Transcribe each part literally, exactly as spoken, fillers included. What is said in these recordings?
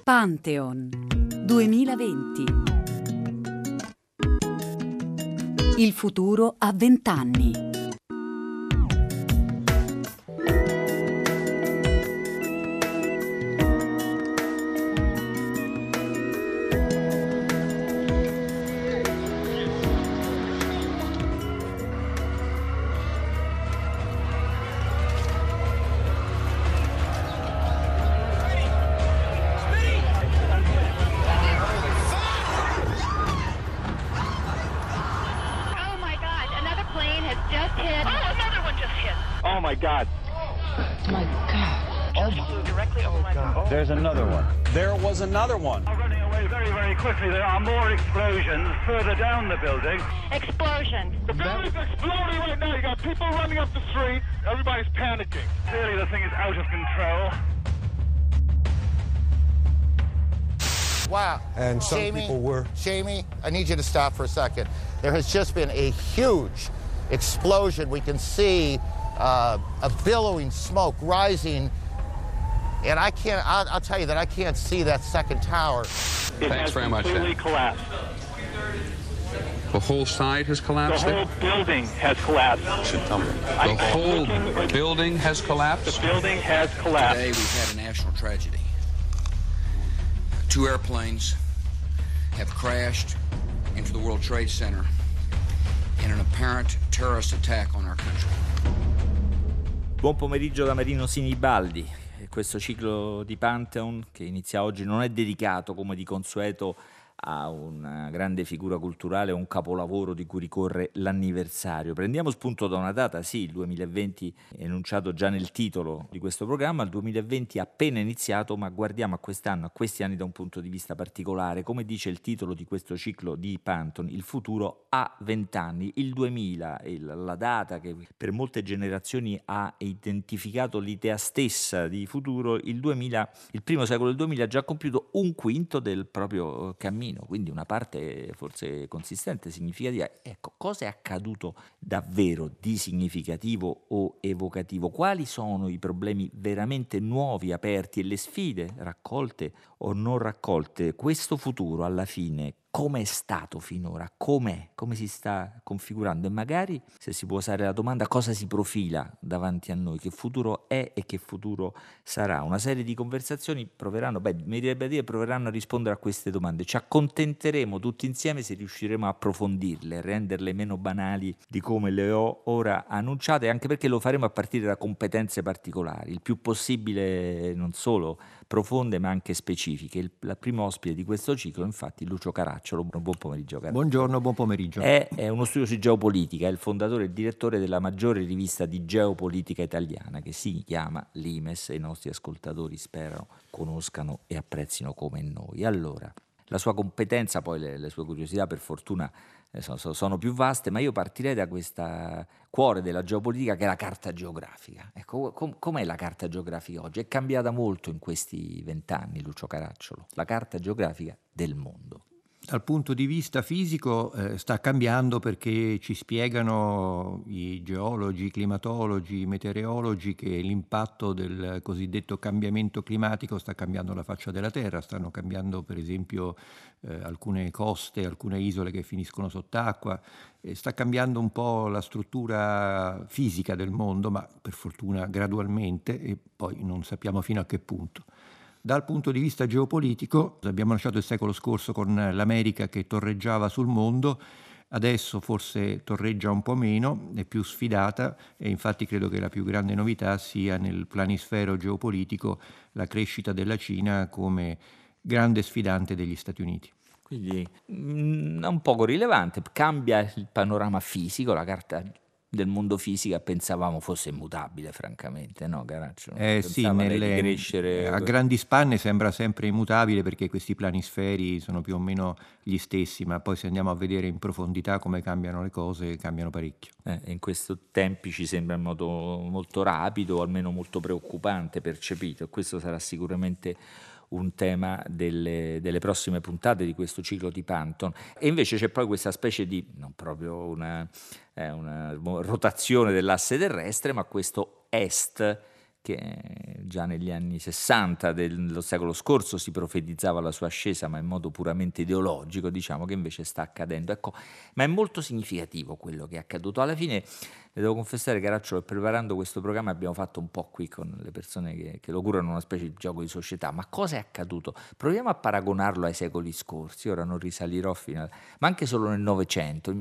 Pantheon duemilaventi. Il futuro a vent'anni. Oh my God. My God. Oh my. Directly over my God. There's another one. There was another one. Running away very, very quickly. There are more explosions further down the building. Explosion. The building's exploding right now. You got people running up the street. Everybody's panicking. Clearly the thing is out of control. Wow. And some Shamey, people were... Shamey, I need you to stop for a second. There has just been a huge explosion. We can see uh, a billowing smoke rising, and I can't, I'll, I'll tell you that I can't see that second tower. It Thanks has very much, completely Dan. collapsed. The whole side has The collapsed? whole building has collapsed. The whole building has collapsed? The building has collapsed. Today we've had a national tragedy. Two airplanes have crashed into the World Trade Center in an apparent terrorist attack on our country. Buon pomeriggio da Marino Sinibaldi. Questo ciclo di Pantheon che inizia oggi non è dedicato, come di consueto, a una grande figura culturale o un capolavoro di cui ricorre l'anniversario. Prendiamo spunto da una data, sì, il duemilaventi è enunciato già nel titolo di questo programma, il duemilaventi è appena iniziato, ma guardiamo a quest'anno, a questi anni da un punto di vista particolare. Come dice il titolo di questo ciclo di Pantheon, il futuro a vent'anni. Il duemila, il, la data che per molte generazioni ha identificato l'idea stessa di futuro, il duemila, il primo secolo del duemila ha già compiuto un quinto del proprio cammino. Quindi una parte forse consistente, significativa. Ecco, cosa è accaduto davvero di significativo o evocativo? Quali sono i problemi veramente nuovi, aperti e le sfide raccolte o non raccolte? Questo futuro alla fine come è stato finora? Com'è? Come si sta configurando? E magari, se si può usare la domanda, cosa si profila davanti a noi? Che futuro è e che futuro sarà? Una serie di conversazioni proveranno, beh, mi direbbe dire, proveranno a rispondere a queste domande. Ci accontenteremo tutti insieme se riusciremo a approfondirle, renderle meno banali di come le ho ora annunciate, anche perché lo faremo a partire da competenze particolari, il più possibile non solo profonde ma anche specifiche. Il, la prima ospite di questo ciclo, infatti, Lucio Caracciolo. Buon pomeriggio, Caracciolo. Buongiorno, buon pomeriggio. È, è uno studioso di geopolitica, è il fondatore e il direttore della maggiore rivista di geopolitica italiana, che si chiama Limes, e i nostri ascoltatori spero conoscano e apprezzino come noi. Allora, la sua competenza, poi le, le sue curiosità per fortuna eh, sono, sono più vaste, ma io partirei da questa cuore della geopolitica che è la carta geografica. Ecco, com, com'è la carta geografica oggi? È cambiata molto in questi vent'anni, Lucio Caracciolo, la carta geografica del mondo. Dal punto di vista fisico eh, sta cambiando perché ci spiegano i geologi, i climatologi, i meteorologi che l'impatto del cosiddetto cambiamento climatico sta cambiando la faccia della Terra, stanno cambiando per esempio eh, alcune coste, alcune isole che finiscono sott'acqua, eh, sta cambiando un po' la struttura fisica del mondo, ma per fortuna gradualmente, e poi non sappiamo fino a che punto. Dal punto di vista geopolitico abbiamo lasciato il secolo scorso con l'America che torreggiava sul mondo, adesso forse torreggia un po' meno, è più sfidata, e infatti credo che la più grande novità sia nel planisfero geopolitico la crescita della Cina come grande sfidante degli Stati Uniti. Quindi mh, è un poco rilevante, cambia il panorama fisico, la carta del mondo fisica pensavamo fosse immutabile, francamente, no, Caracciolo? Eh sì, nelle, crescere... a grandi spanne sembra sempre immutabile perché questi planisferi sono più o meno gli stessi, ma poi se andiamo a vedere in profondità come cambiano le cose, cambiano parecchio. Eh, in questi tempi ci sembra in modo molto rapido, o almeno molto preoccupante percepito, e questo sarà sicuramente un tema delle, delle prossime puntate di questo ciclo di Pantheon. E invece c'è poi questa specie di, non proprio una, eh, una rotazione dell'asse terrestre, ma questo est che già negli anni sessanta dello secolo scorso si profetizzava la sua ascesa, ma in modo puramente ideologico, diciamo che invece sta accadendo. Ecco, ma è molto significativo quello che è accaduto. Alla fine, le devo confessare, Caracciolo, che preparando questo programma abbiamo fatto un po' qui con le persone che, che lo curano una specie di gioco di società. Ma cosa è accaduto? Proviamo a paragonarlo ai secoli scorsi, ora non risalirò fino a... ma anche solo nel Novecento.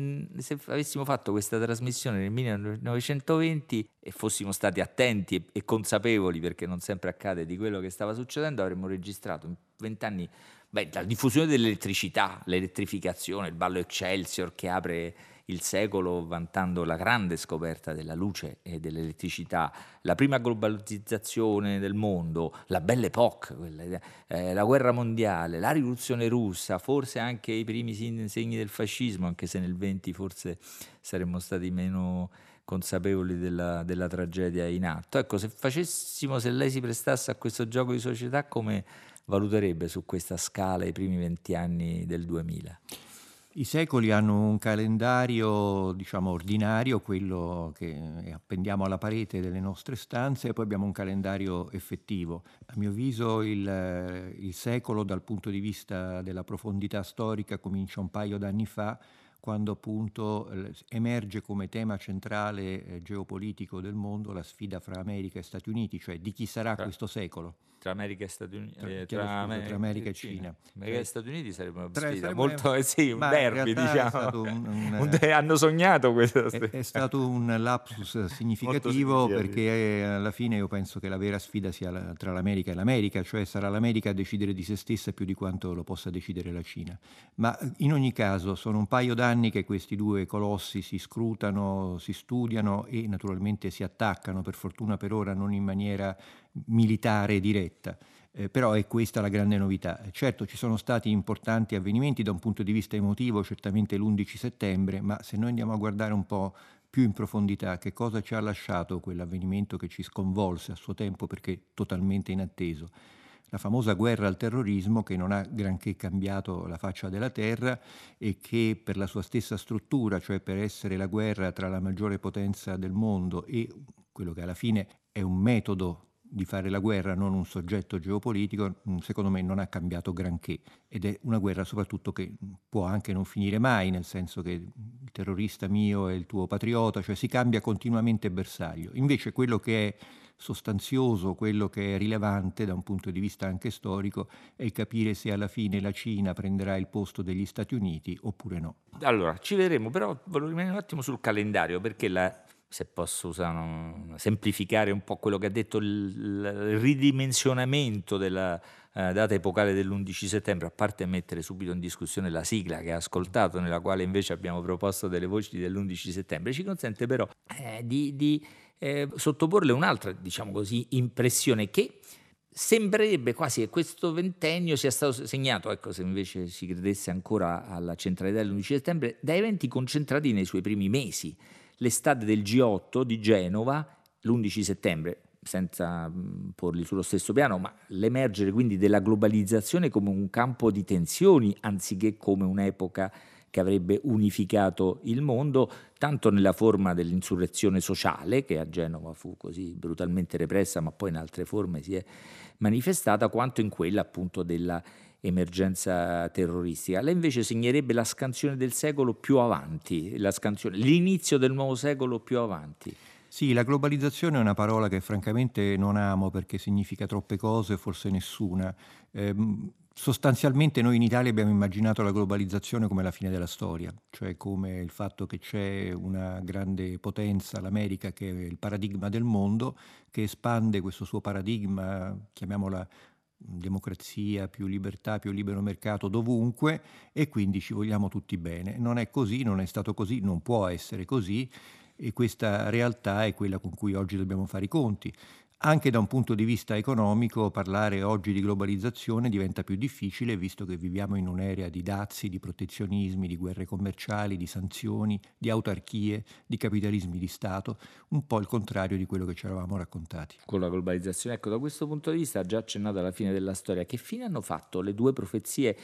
Se avessimo fatto questa trasmissione nel millenovecentoventi e fossimo stati attenti e, e consapevoli, perché non sempre accade, di quello che stava succedendo, avremmo registrato in vent'anni beh, la diffusione dell'elettricità, l'elettrificazione, il ballo Excelsior che apre il secolo vantando la grande scoperta della luce e dell'elettricità, la prima globalizzazione del mondo, la Belle Époque, quella, eh, la guerra mondiale, la rivoluzione russa, forse anche i primi segni del fascismo, anche se nel venti forse saremmo stati meno consapevoli della, della tragedia in atto. Ecco, se facessimo, se lei si prestasse a questo gioco di società, come valuterebbe su questa scala i primi venti anni del duemila? I secoli hanno un calendario, diciamo, ordinario, quello che appendiamo alla parete delle nostre stanze, e poi abbiamo un calendario effettivo. A mio avviso il, il secolo dal punto di vista della profondità storica comincia un paio d'anni fa, quando appunto emerge come tema centrale eh, geopolitico del mondo la sfida fra America e Stati Uniti, cioè di chi sarà tra, questo secolo. Tra America e Stati Uniti, tra, eh, tra, tra, scusa, tra America e Cina. Cina. America e Stati Uniti sarebbe una tra, sfida molto, eh, sì, un derby, diciamo. Un, un, un de- hanno sognato questo. È, è stato un lapsus significativo, perché alla fine io penso che la vera sfida sia la, tra l'America e l'America, cioè sarà l'America a decidere di se stessa più di quanto lo possa decidere la Cina. Ma in ogni caso sono un paio d'anni che questi due colossi si scrutano, si studiano e naturalmente si attaccano, per fortuna per ora non in maniera militare diretta. Eh, però è questa la grande novità. Certo, ci sono stati importanti avvenimenti da un punto di vista emotivo, certamente l'undici settembre, ma se noi andiamo a guardare un po' più in profondità che cosa ci ha lasciato quell'avvenimento che ci sconvolse a suo tempo perché totalmente inatteso, la famosa guerra al terrorismo, che non ha granché cambiato la faccia della terra e che per la sua stessa struttura, cioè per essere la guerra tra la maggiore potenza del mondo e quello che alla fine è un metodo di fare la guerra, non un soggetto geopolitico, secondo me non ha cambiato granché, ed è una guerra soprattutto che può anche non finire mai, nel senso che il terrorista mio è il tuo patriota, cioè si cambia continuamente bersaglio. Invece quello che è sostanzioso, quello che è rilevante da un punto di vista anche storico, è capire se alla fine la Cina prenderà il posto degli Stati Uniti oppure no. Allora, ci vedremo, però volevo rimanere un attimo sul calendario, perché la, se posso usare un, semplificare un po' quello che ha detto, il, il ridimensionamento della uh, data epocale dell'undici settembre, a parte mettere subito in discussione la sigla che ha ascoltato, nella quale invece abbiamo proposto delle voci dell'undici settembre, ci consente però eh, di... di Eh, sottoporle un'altra, diciamo così, impressione, che sembrerebbe quasi che questo ventennio sia stato segnato, ecco, se invece si credesse ancora alla centralità dell'undici settembre, da eventi concentrati nei suoi primi mesi. L'estate del G otto di Genova, l'undici settembre, senza mh, porli sullo stesso piano, ma l'emergere quindi della globalizzazione come un campo di tensioni anziché come un'epoca che avrebbe unificato il mondo, tanto nella forma dell'insurrezione sociale, che a Genova fu così brutalmente repressa, ma poi in altre forme si è manifestata, quanto in quella appunto della emergenza terroristica. Lei invece segnerebbe la scansione del secolo più avanti, la scansione, l'inizio del nuovo secolo più avanti. Sì, la globalizzazione è una parola che francamente non amo perché significa troppe cose, forse nessuna. Eh, sostanzialmente noi in Italia abbiamo immaginato la globalizzazione come la fine della storia, cioè come il fatto che c'è una grande potenza, l'America, che è il paradigma del mondo, che espande questo suo paradigma, chiamiamola democrazia, più libertà, più libero mercato dovunque, e quindi ci vogliamo tutti bene. Non è così, non è stato così, non può essere così, e questa realtà è quella con cui oggi dobbiamo fare i conti. Anche da un punto di vista economico parlare oggi di globalizzazione diventa più difficile, visto che viviamo in un'era di dazi, di protezionismi, di guerre commerciali, di sanzioni, di autarchie, di capitalismi di Stato, un po' il contrario di quello che ci eravamo raccontati. Con la globalizzazione, ecco, da questo punto di vista, già accennato alla fine della storia, che fine hanno fatto le due profezie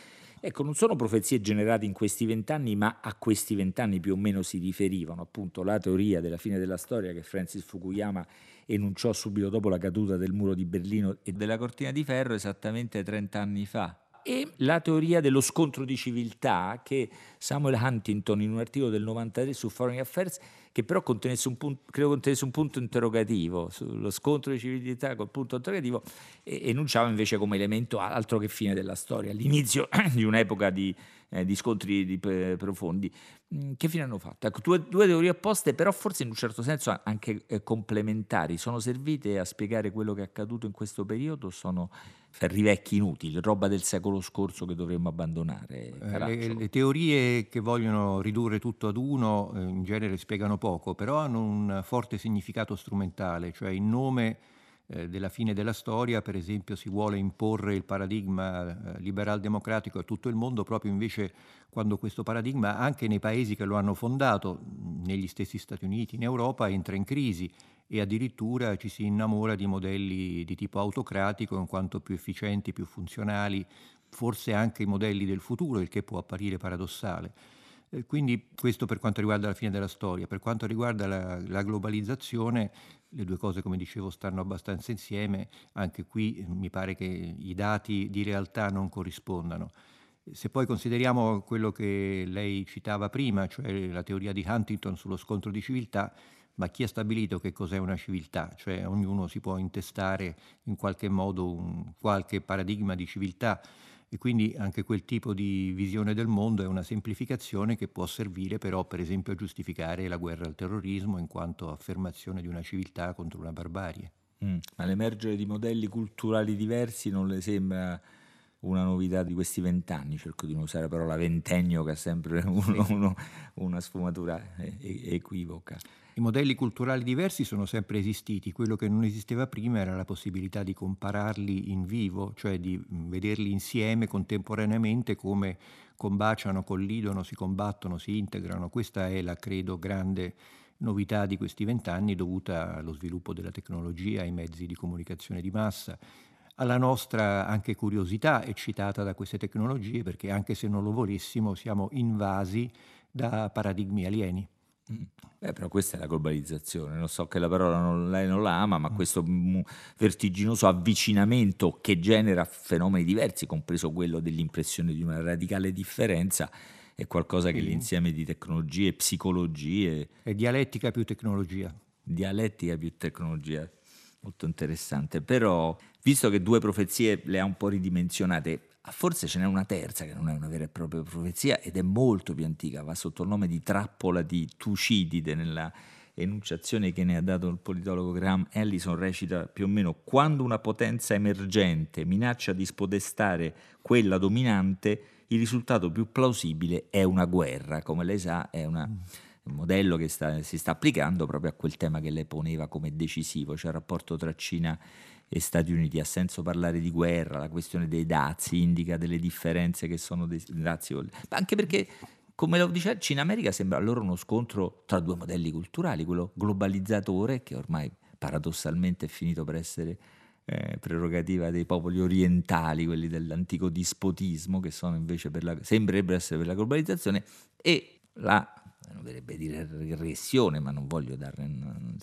Ecco, non sono profezie generate in questi vent'anni, ma a questi vent'anni più o meno si riferivano. Appunto, la teoria della fine della storia che Francis Fukuyama enunciò subito dopo la caduta del muro di Berlino e della cortina di ferro esattamente trenta anni fa. E la teoria dello scontro di civiltà che Samuel Huntington in un articolo del novantatré su Foreign Affairs, che però contenesse un punto, credo contenesse un punto interrogativo sullo scontro di civiltà col punto interrogativo, e enunciava invece come elemento altro che fine della storia, l'inizio di un'epoca di, eh, di scontri di, eh, profondi. Che fine hanno fatto? Ecco, due, due teorie opposte, però forse in un certo senso anche eh, complementari. Sono servite a spiegare quello che è accaduto in questo periodo? Sono ferri vecchi inutili, roba del secolo scorso che dovremmo abbandonare? Eh, le, le teorie che vogliono ridurre tutto ad uno eh, in genere spiegano poco, però hanno un forte significato strumentale, cioè in nome eh, della fine della storia, per esempio, si vuole imporre il paradigma eh, liberal-democratico a tutto il mondo, proprio invece quando questo paradigma, anche nei paesi che lo hanno fondato, negli stessi Stati Uniti, in Europa, entra in crisi e addirittura ci si innamora di modelli di tipo autocratico in quanto più efficienti, più funzionali, forse anche i modelli del futuro, il che può apparire paradossale. Eh, quindi questo per quanto riguarda la fine della storia. Per quanto riguarda la, la globalizzazione, le due cose, come dicevo, stanno abbastanza insieme. Anche qui eh, mi pare che i dati di realtà non corrispondano. Se poi consideriamo quello che lei citava prima, cioè la teoria di Huntington sullo scontro di civiltà, ma chi ha stabilito che cos'è una civiltà? Cioè ognuno si può intestare in qualche modo un qualche paradigma di civiltà, e quindi anche quel tipo di visione del mondo è una semplificazione che può servire però per esempio a giustificare la guerra al terrorismo in quanto affermazione di una civiltà contro una barbarie. Mm, ma l'emergere di modelli culturali diversi non le sembra una novità di questi vent'anni? Cerco di non usare la parola ventennio, che è sempre uno, uno, una sfumatura equivoca. I modelli culturali diversi sono sempre esistiti, quello che non esisteva prima era la possibilità di compararli in vivo, cioè di vederli insieme contemporaneamente come combaciano, collidono, si combattono, si integrano. Questa è la, credo, grande novità di questi vent'anni dovuta allo sviluppo della tecnologia, ai mezzi di comunicazione di massa, alla nostra anche curiosità eccitata da queste tecnologie, perché anche se non lo volessimo siamo invasi da paradigmi alieni. Beh, però questa è la globalizzazione, non so che la parola non, lei non la ama, ma questo vertiginoso avvicinamento che genera fenomeni diversi, compreso quello dell'impressione di una radicale differenza, è qualcosa che Sì. l'insieme di tecnologie, psicologie... È dialettica più tecnologia. Dialettica più tecnologia, molto interessante. Però, visto che due profezie le ha un po' ridimensionate, forse ce n'è una terza che non è una vera e propria profezia ed è molto più antica, va sotto il nome di trappola di Tucidide. Nella enunciazione che ne ha dato il politologo Graham Allison recita più o meno: quando una potenza emergente minaccia di spodestare quella dominante, il risultato più plausibile è una guerra. Come lei sa, è una, un modello che sta, si sta applicando proprio a quel tema che lei poneva come decisivo, cioè il rapporto tra Cina e Stati Uniti. Ha senso parlare di guerra, la questione dei dazi indica delle differenze che sono dei dazi, ma anche perché, come lo diceva, Cina-America sembra allora uno scontro tra due modelli culturali, quello globalizzatore, che ormai paradossalmente è finito per essere eh, prerogativa dei popoli orientali, quelli dell'antico dispotismo, che sono invece per la, sembrerebbero essere per la globalizzazione, e la, non dovrebbe dire regressione, ma non voglio dare un,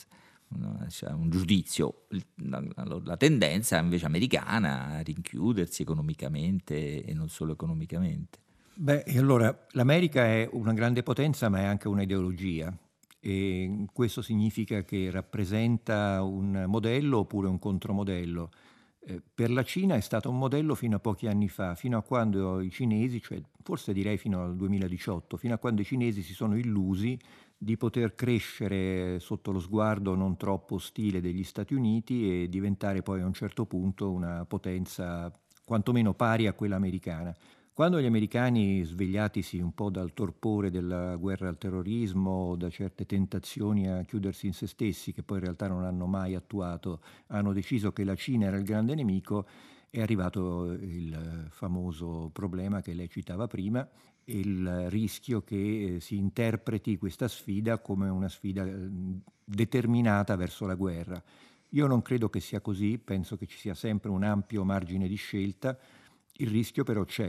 un giudizio, la, la, la tendenza invece americana a rinchiudersi economicamente e non solo economicamente. Beh, e allora l'America è una grande potenza, ma è anche un'ideologia, e questo significa che rappresenta un modello oppure un contromodello. Eh, per la Cina è stato un modello fino a pochi anni fa, fino a quando i cinesi, cioè forse direi fino al duemiladiciotto, fino a quando i cinesi si sono illusi di poter crescere sotto lo sguardo non troppo ostile degli Stati Uniti e diventare poi a un certo punto una potenza quantomeno pari a quella americana. Quando gli americani, svegliatisi un po' dal torpore della guerra al terrorismo, da certe tentazioni a chiudersi in se stessi, che poi in realtà non hanno mai attuato, hanno deciso che la Cina era il grande nemico, è arrivato il famoso problema che lei citava prima, il rischio che si interpreti questa sfida come una sfida determinata verso la guerra. Io non credo che sia così, penso che ci sia sempre un ampio margine di scelta, il rischio però c'è.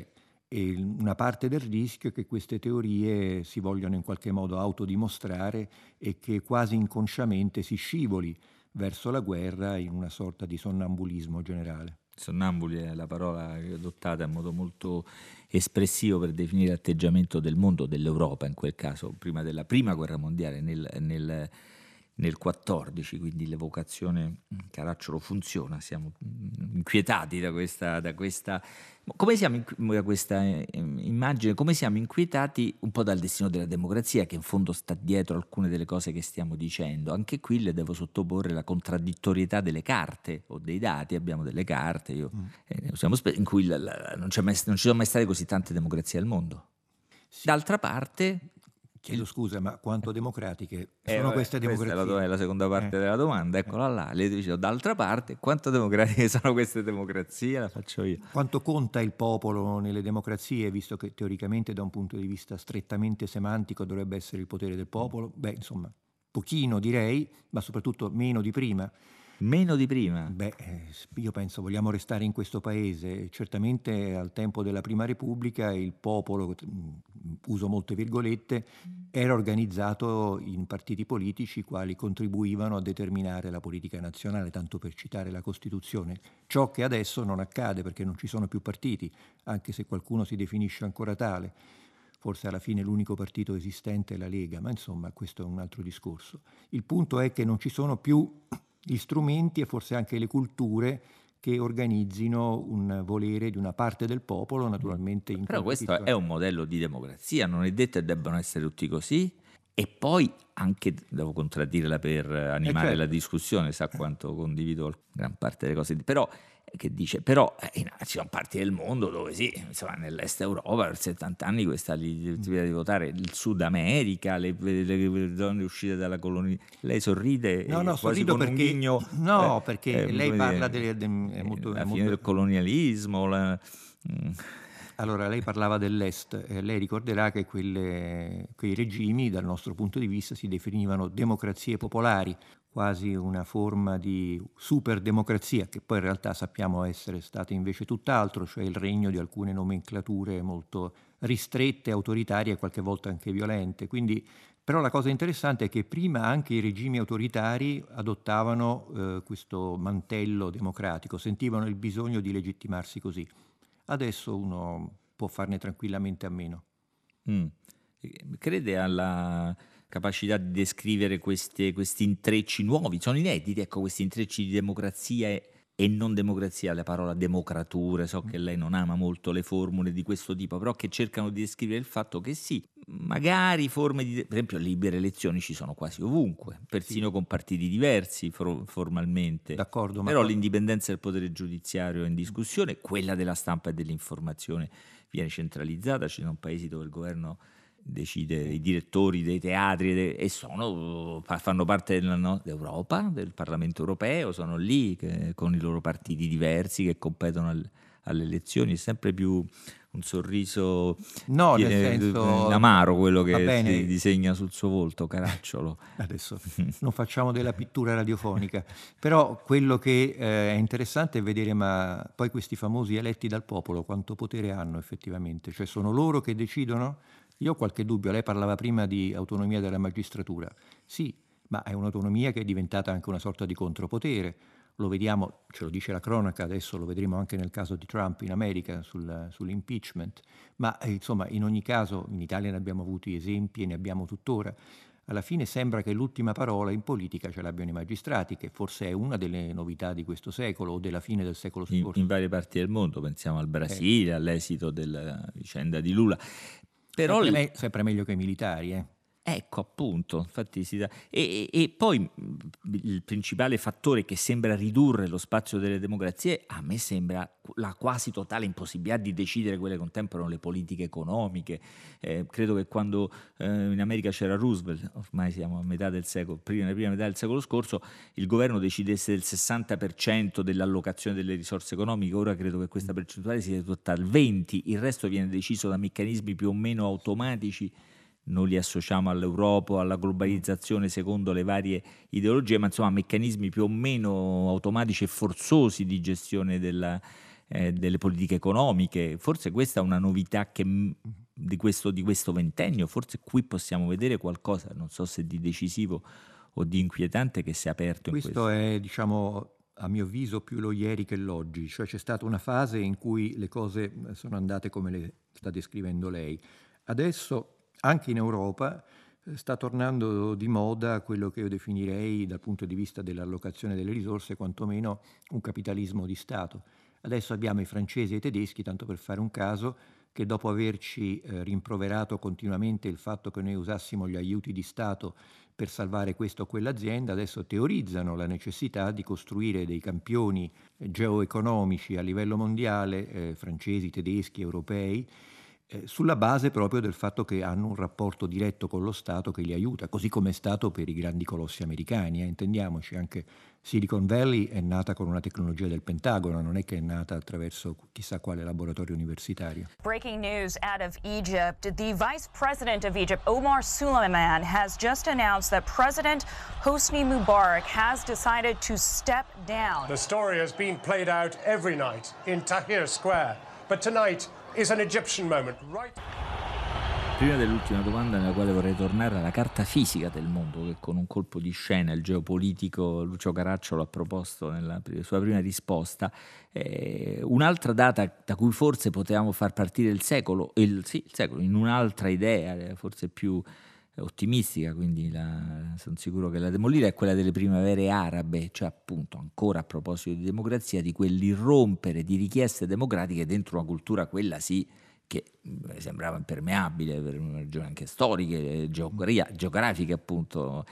E una parte del rischio è che queste teorie si vogliano in qualche modo autodimostrare e che quasi inconsciamente si scivoli verso la guerra in una sorta di sonnambulismo generale. Sonnambuli è la parola adottata in modo molto espressivo per definire l'atteggiamento del mondo, dell'Europa in quel caso, prima della prima guerra mondiale, nel, nel, nel quattordici, quindi l'evocazione Caracciolo funziona, siamo inquietati da questa, da questa come siamo da questa immagine, come siamo inquietati un po' dal destino della democrazia, che in fondo sta dietro alcune delle cose che stiamo dicendo. Anche qui le devo sottoporre la contraddittorietà delle carte o dei dati. Abbiamo delle carte io, mm. eh, usiamo spe- in cui la, la, non, c'è mai, non ci sono mai state così tante democrazie al mondo. Sì. D'altra parte, chiedo scusa, ma quanto democratiche sono eh, queste democrazie? Questa è la, la seconda parte eh. della domanda, eccola là. Le dicevo, d'altra parte, quanto democratiche sono queste democrazie? La faccio io. Quanto conta il popolo nelle democrazie, visto che teoricamente da un punto di vista strettamente semantico dovrebbe essere il potere del popolo? Beh, insomma, pochino direi, ma soprattutto meno di prima. Meno di prima? Beh, io penso vogliamo restare in questo paese. Certamente al tempo della Prima Repubblica il popolo, uso molte virgolette, era organizzato in partiti politici quali contribuivano a determinare la politica nazionale, tanto per citare la Costituzione. Ciò che adesso non accade perché non ci sono più partiti, anche se qualcuno si definisce ancora tale. Forse alla fine l'unico partito esistente è la Lega, ma insomma questo è un altro discorso. Il punto è che non ci sono più gli strumenti e forse anche le culture che organizzino un volere di una parte del popolo, naturalmente in Però questo è un modello di democrazia, non è detto che debbano essere tutti così. E poi anche, devo contraddirla per animare eh certo. la discussione, sa quanto condivido gran parte delle cose, però che dice, però eh, ci sono parti del mondo dove sì, insomma nell'est Europa per settanta anni questa possibilità di votare, il Sud America, le, le, le donne uscite dalla colonia, lei sorride no, no, quasi con perché, un ghigno, no, eh, perché eh, lei parla dire, del, del è molto, la è fine molto... del colonialismo, la, mm. Allora, lei parlava dell'Est, eh, lei ricorderà che quelle, quei regimi dal nostro punto di vista si definivano democrazie popolari, quasi una forma di superdemocrazia, che poi in realtà sappiamo essere stata invece tutt'altro, cioè il regno di alcune nomenclature molto ristrette, autoritarie e qualche volta anche violente. Quindi, però la cosa interessante è che prima anche i regimi autoritari adottavano eh, questo mantello democratico, sentivano il bisogno di legittimarsi così. Adesso uno può farne tranquillamente a meno. Mm. Crede alla capacità di descrivere queste, questi intrecci nuovi, sono inediti, ecco, questi intrecci di democrazia e, e non democrazia, la parola democratura, so che lei non ama molto le formule di questo tipo, però che cercano di descrivere il fatto che sì, magari forme di, per esempio le libere elezioni ci sono quasi ovunque, persino sì. con partiti diversi for- formalmente, d'accordo, però ma... l'indipendenza del potere giudiziario è in discussione, quella della stampa e dell'informazione viene centralizzata, ci sono paesi dove il governo decide i direttori dei teatri de- e sono, fanno parte della, no, d'Europa, del Parlamento europeo, sono lì che, con i loro partiti diversi che competono al, alle elezioni, è sempre più un sorriso no, che, nel senso, amaro quello che si disegna sul suo volto, Caracciolo. Adesso non facciamo della pittura radiofonica, però quello che eh, è interessante è vedere ma poi questi famosi eletti dal popolo quanto potere hanno effettivamente, cioè sono loro che decidono? Io ho qualche dubbio, lei parlava prima di autonomia della magistratura, sì, ma è un'autonomia che è diventata anche una sorta di contropotere. Lo vediamo, ce lo dice la cronaca, adesso lo vedremo anche nel caso di Trump in America sul, sull'impeachment, ma eh, insomma in ogni caso in Italia ne abbiamo avuti esempi e ne abbiamo tuttora. Alla fine sembra che l'ultima parola in politica ce l'abbiano i magistrati, che forse è una delle novità di questo secolo o della fine del secolo scorso. In, in varie parti del mondo, pensiamo al Brasile, eh. all'esito della vicenda di Lula. Però sempre, me, sempre meglio che i militari, eh. Ecco, appunto, infatti si dà. E, e, e poi il principale fattore che sembra ridurre lo spazio delle democrazie, a me sembra la quasi totale impossibilità di decidere quelle che contemplano le politiche economiche. Eh, credo che quando eh, in America c'era Roosevelt, ormai siamo a metà del secolo, prima, nella prima metà del secolo scorso, il governo decidesse del sessanta per cento dell'allocazione delle risorse economiche, ora credo che questa percentuale sia ridotta al venti per cento, il resto viene deciso da meccanismi più o meno automatici. Non li associamo all'Europa, alla globalizzazione secondo le varie ideologie, ma insomma meccanismi più o meno automatici e forzosi di gestione della, eh, delle politiche economiche. Forse questa è una novità che, di, questo, di questo ventennio, forse qui possiamo vedere qualcosa, non so se di decisivo o di inquietante, che si è aperto questo in questo. Questo è, diciamo, a mio avviso più lo ieri che l'oggi, cioè c'è stata una fase in cui le cose sono andate come le sta descrivendo lei. Adesso anche in Europa sta tornando di moda quello che io definirei dal punto di vista dell'allocazione delle risorse quantomeno un capitalismo di Stato. Adesso abbiamo i francesi e i tedeschi, tanto per fare un caso, che dopo averci eh, rimproverato continuamente il fatto che noi usassimo gli aiuti di Stato per salvare questa o quell'azienda, adesso teorizzano la necessità di costruire dei campioni geoeconomici a livello mondiale, eh, francesi, tedeschi, europei, eh, sulla base proprio del fatto che hanno un rapporto diretto con lo Stato che li aiuta, così come è stato per i grandi colossi americani. Eh. Intendiamoci, anche Silicon Valley è nata con una tecnologia del Pentagono, non è che è nata attraverso chissà quale laboratorio universitario. Breaking news out of Egypt. The Vice President of Egypt, Omar Suleiman, has just announced that President Hosni Mubarak has decided to step down. The story has been played out every night in Tahrir Square, but tonight is an Egyptian moment, right? Prima dell'ultima domanda, nella quale vorrei tornare alla carta fisica del mondo, che con un colpo di scena il geopolitico Lucio Caracciolo ha proposto nella sua prima risposta, eh, un'altra data da cui forse potevamo far partire il secolo, il, sì, il secolo in un'altra idea, forse più ottimistica, quindi la, sono sicuro che la demolire, è quella delle primavere arabe, cioè appunto ancora a proposito di democrazia, di quell'irrompere di richieste democratiche dentro una cultura, quella sì, che sembrava impermeabile per una ragione anche storiche, geografiche appunto.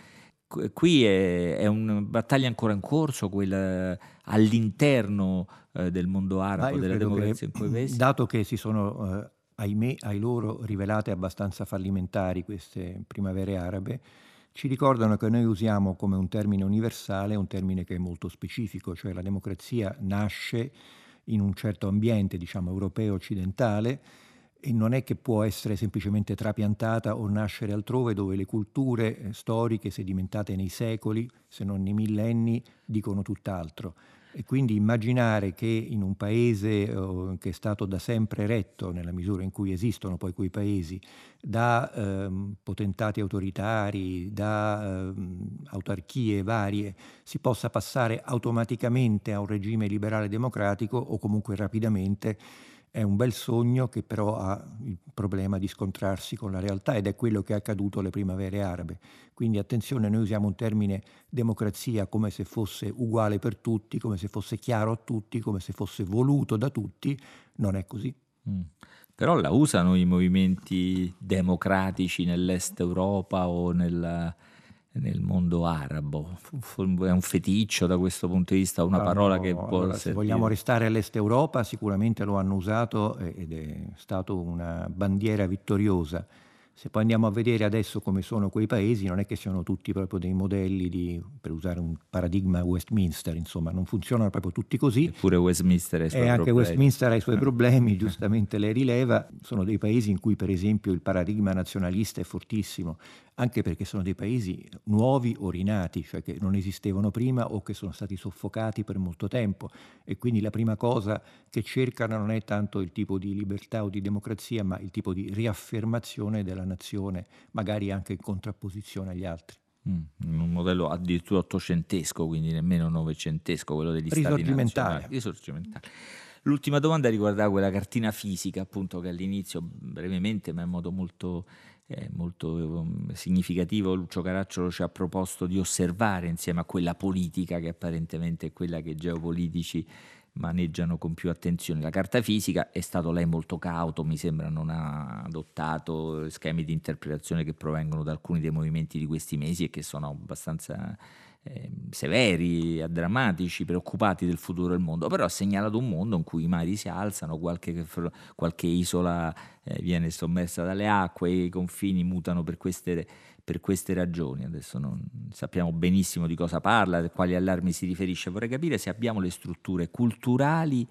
Qui è, è una battaglia ancora in corso, quella all'interno eh, del mondo arabo, ah, della democrazia che, in quei paesi. Dato che si sono, eh, ahimè, ai loro rivelate abbastanza fallimentari queste primavere arabe, ci ricordano che noi usiamo come un termine universale un termine che è molto specifico, cioè la democrazia nasce in un certo ambiente, diciamo, europeo occidentale, e non è che può essere semplicemente trapiantata o nascere altrove, dove le culture eh, storiche sedimentate nei secoli, se non nei millenni, dicono tutt'altro. E quindi immaginare che in un paese eh, che è stato da sempre retto, nella misura in cui esistono poi quei paesi, da ehm, potentati autoritari, da ehm, autarchie varie, si possa passare automaticamente a un regime liberale democratico o comunque rapidamente, è un bel sogno che però ha il problema di scontrarsi con la realtà, ed è quello che è accaduto alle primavere arabe. Quindi attenzione, noi usiamo un termine democrazia come se fosse uguale per tutti, come se fosse chiaro a tutti, come se fosse voluto da tutti. Non è così. Mm. Però la usano i movimenti democratici nell'est Europa o nella... nel mondo arabo, è un feticcio da questo punto di vista, una no, parola no, che può allora, servire. Se vogliamo restare all'est Europa, sicuramente lo hanno usato ed è stato una bandiera vittoriosa. Se poi andiamo a vedere adesso come sono quei paesi, non è che siano tutti proprio dei modelli di, per usare un paradigma Westminster, insomma, non funzionano proprio tutti così. Eppure Westminster ha i suoi e problemi. anche Westminster ha i suoi problemi, giustamente lei rileva. Sono dei paesi in cui, per esempio, il paradigma nazionalista è fortissimo, anche perché sono dei paesi nuovi o rinati, cioè che non esistevano prima o che sono stati soffocati per molto tempo, e quindi la prima cosa che cercano non è tanto il tipo di libertà o di democrazia, ma il tipo di riaffermazione della nazione, magari anche in contrapposizione agli altri. Mm, un modello addirittura ottocentesco, quindi nemmeno novecentesco, quello degli stati nazionali. Risorgimentale. L'ultima domanda riguardava quella cartina fisica, appunto, che all'inizio brevemente, ma in modo molto eh, molto um, significativo, Lucio Caracciolo ci ha proposto di osservare insieme a quella politica che apparentemente è quella che i geopolitici maneggiano con più attenzione. La carta fisica, è stato lei molto cauto, mi sembra, non ha adottato schemi di interpretazione che provengono da alcuni dei movimenti di questi mesi e che sono abbastanza eh, severi, drammatici, preoccupati del futuro del mondo, però ha segnalato un mondo in cui i mari si alzano, qualche, qualche isola eh, viene sommersa dalle acque, i confini mutano per queste per queste ragioni. Adesso non sappiamo benissimo di cosa parla, a quali allarmi si riferisce. Vorrei capire se abbiamo le strutture culturali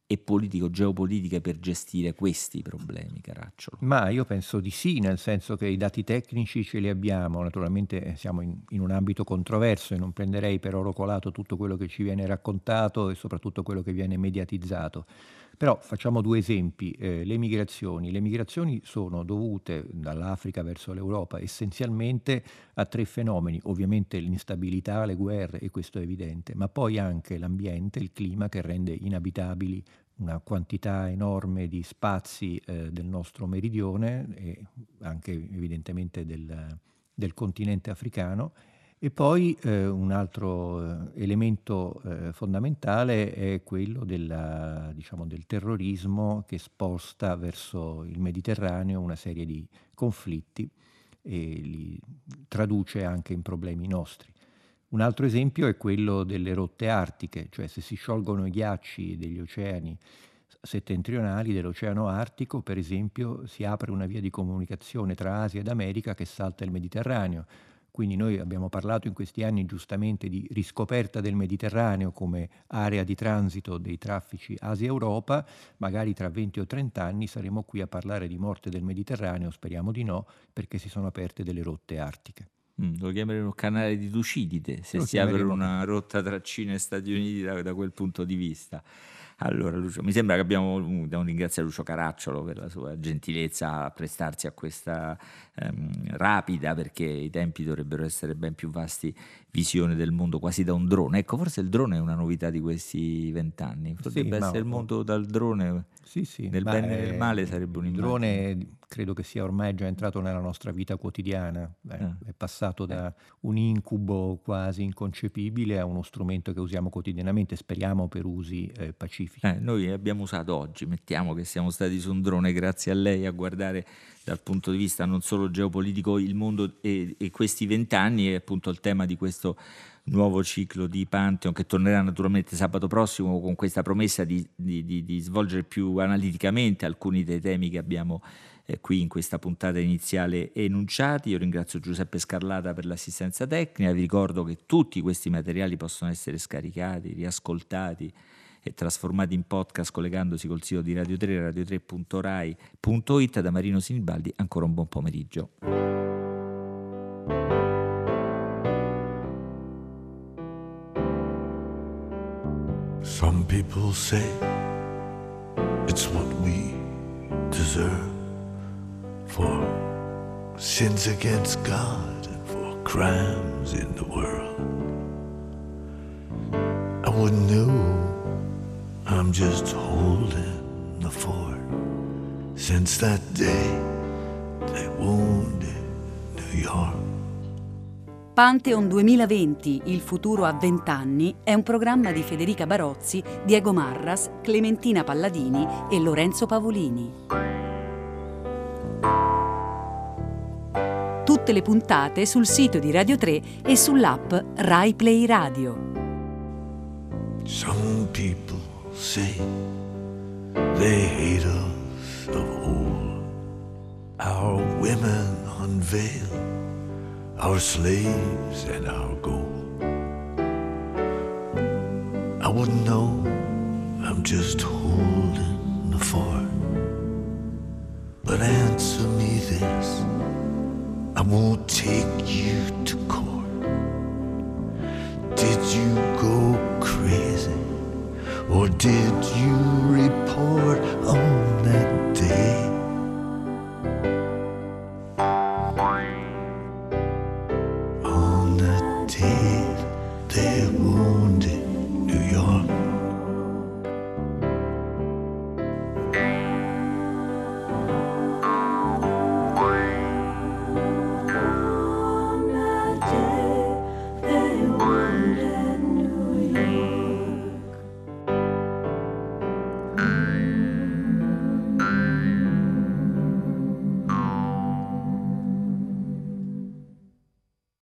e politico-geopolitiche per gestire questi problemi, Caracciolo? Ma io penso di sì, nel senso che i dati tecnici ce li abbiamo, naturalmente siamo in, in un ambito controverso e non prenderei per oro colato tutto quello che ci viene raccontato e soprattutto quello che viene mediatizzato. Però facciamo due esempi, eh, le migrazioni. Le migrazioni sono dovute dall'Africa verso l'Europa essenzialmente a tre fenomeni, ovviamente l'instabilità, le guerre, e questo è evidente, ma poi anche l'ambiente, il clima che rende inabitabili una quantità enorme di spazi eh, del nostro meridione e anche evidentemente del, del continente africano. E poi eh, un altro eh, elemento eh, fondamentale è quello della, diciamo, del terrorismo che sposta verso il Mediterraneo una serie di conflitti e li traduce anche in problemi nostri. Un altro esempio è quello delle rotte artiche, cioè se si sciolgono i ghiacci degli oceani settentrionali dell'Oceano Artico, per esempio, si apre una via di comunicazione tra Asia ed America che salta il Mediterraneo. Quindi noi abbiamo parlato in questi anni giustamente di riscoperta del Mediterraneo come area di transito dei traffici Asia-Europa, magari tra venti o trenta anni saremo qui a parlare di morte del Mediterraneo, speriamo di no, perché si sono aperte delle rotte artiche. Mm, lo chiameremo canale di Tucidide, se lo si apre una rotta tra Cina e Stati Uniti da, da quel punto di vista. Allora Lucio, mi sembra che abbiamo, dobbiamo ringraziare Lucio Caracciolo per la sua gentilezza a prestarsi a questa ehm, rapida, perché i tempi dovrebbero essere ben più vasti, visione del mondo quasi da un drone. Ecco, forse il drone è una novità di questi vent'anni, potrebbe sì, essere no, il mondo dal drone, sì, sì, nel bene e nel male sarebbe un'immagine. Il drone credo che sia ormai già entrato nella nostra vita quotidiana, eh, ah. è passato da un incubo quasi inconcepibile a uno strumento che usiamo quotidianamente, speriamo per usi eh, pacifici. Eh, noi abbiamo usato oggi, mettiamo che siamo stati su un drone grazie a lei a guardare dal punto di vista non solo geopolitico il mondo e, e questi vent'anni, e appunto il tema di questo nuovo ciclo di Pantheon che tornerà naturalmente sabato prossimo con questa promessa di, di, di, di svolgere più analiticamente alcuni dei temi che abbiamo eh, qui in questa puntata iniziale enunciati. Io ringrazio Giuseppe Scarlata per l'assistenza tecnica, vi ricordo che tutti questi materiali possono essere scaricati, riascoltati e trasformati in podcast collegandosi col sito di Radio tre, radio tre punto rai punto it. Da Marino Sinibaldi ancora un buon pomeriggio. Some people say it's what we deserve for sins against God and for crimes in the world. I wouldn't know, I'm just holding the fort. Since that day they wounded New York. Pantheon duemilaventi, il futuro a vent'anni, è un programma di Federica Barozzi, Diego Marras, Clementina Palladini e Lorenzo Pavolini. Tutte le puntate sul sito di Radio tre e sull'app Rai Play Radio. Some people say they hate us of old. Our women unveil our slaves and our gold. I wouldn't know, I'm just holding the fort. But answer me this, I won't take you to court. Did you go crazy, or did you report on that day?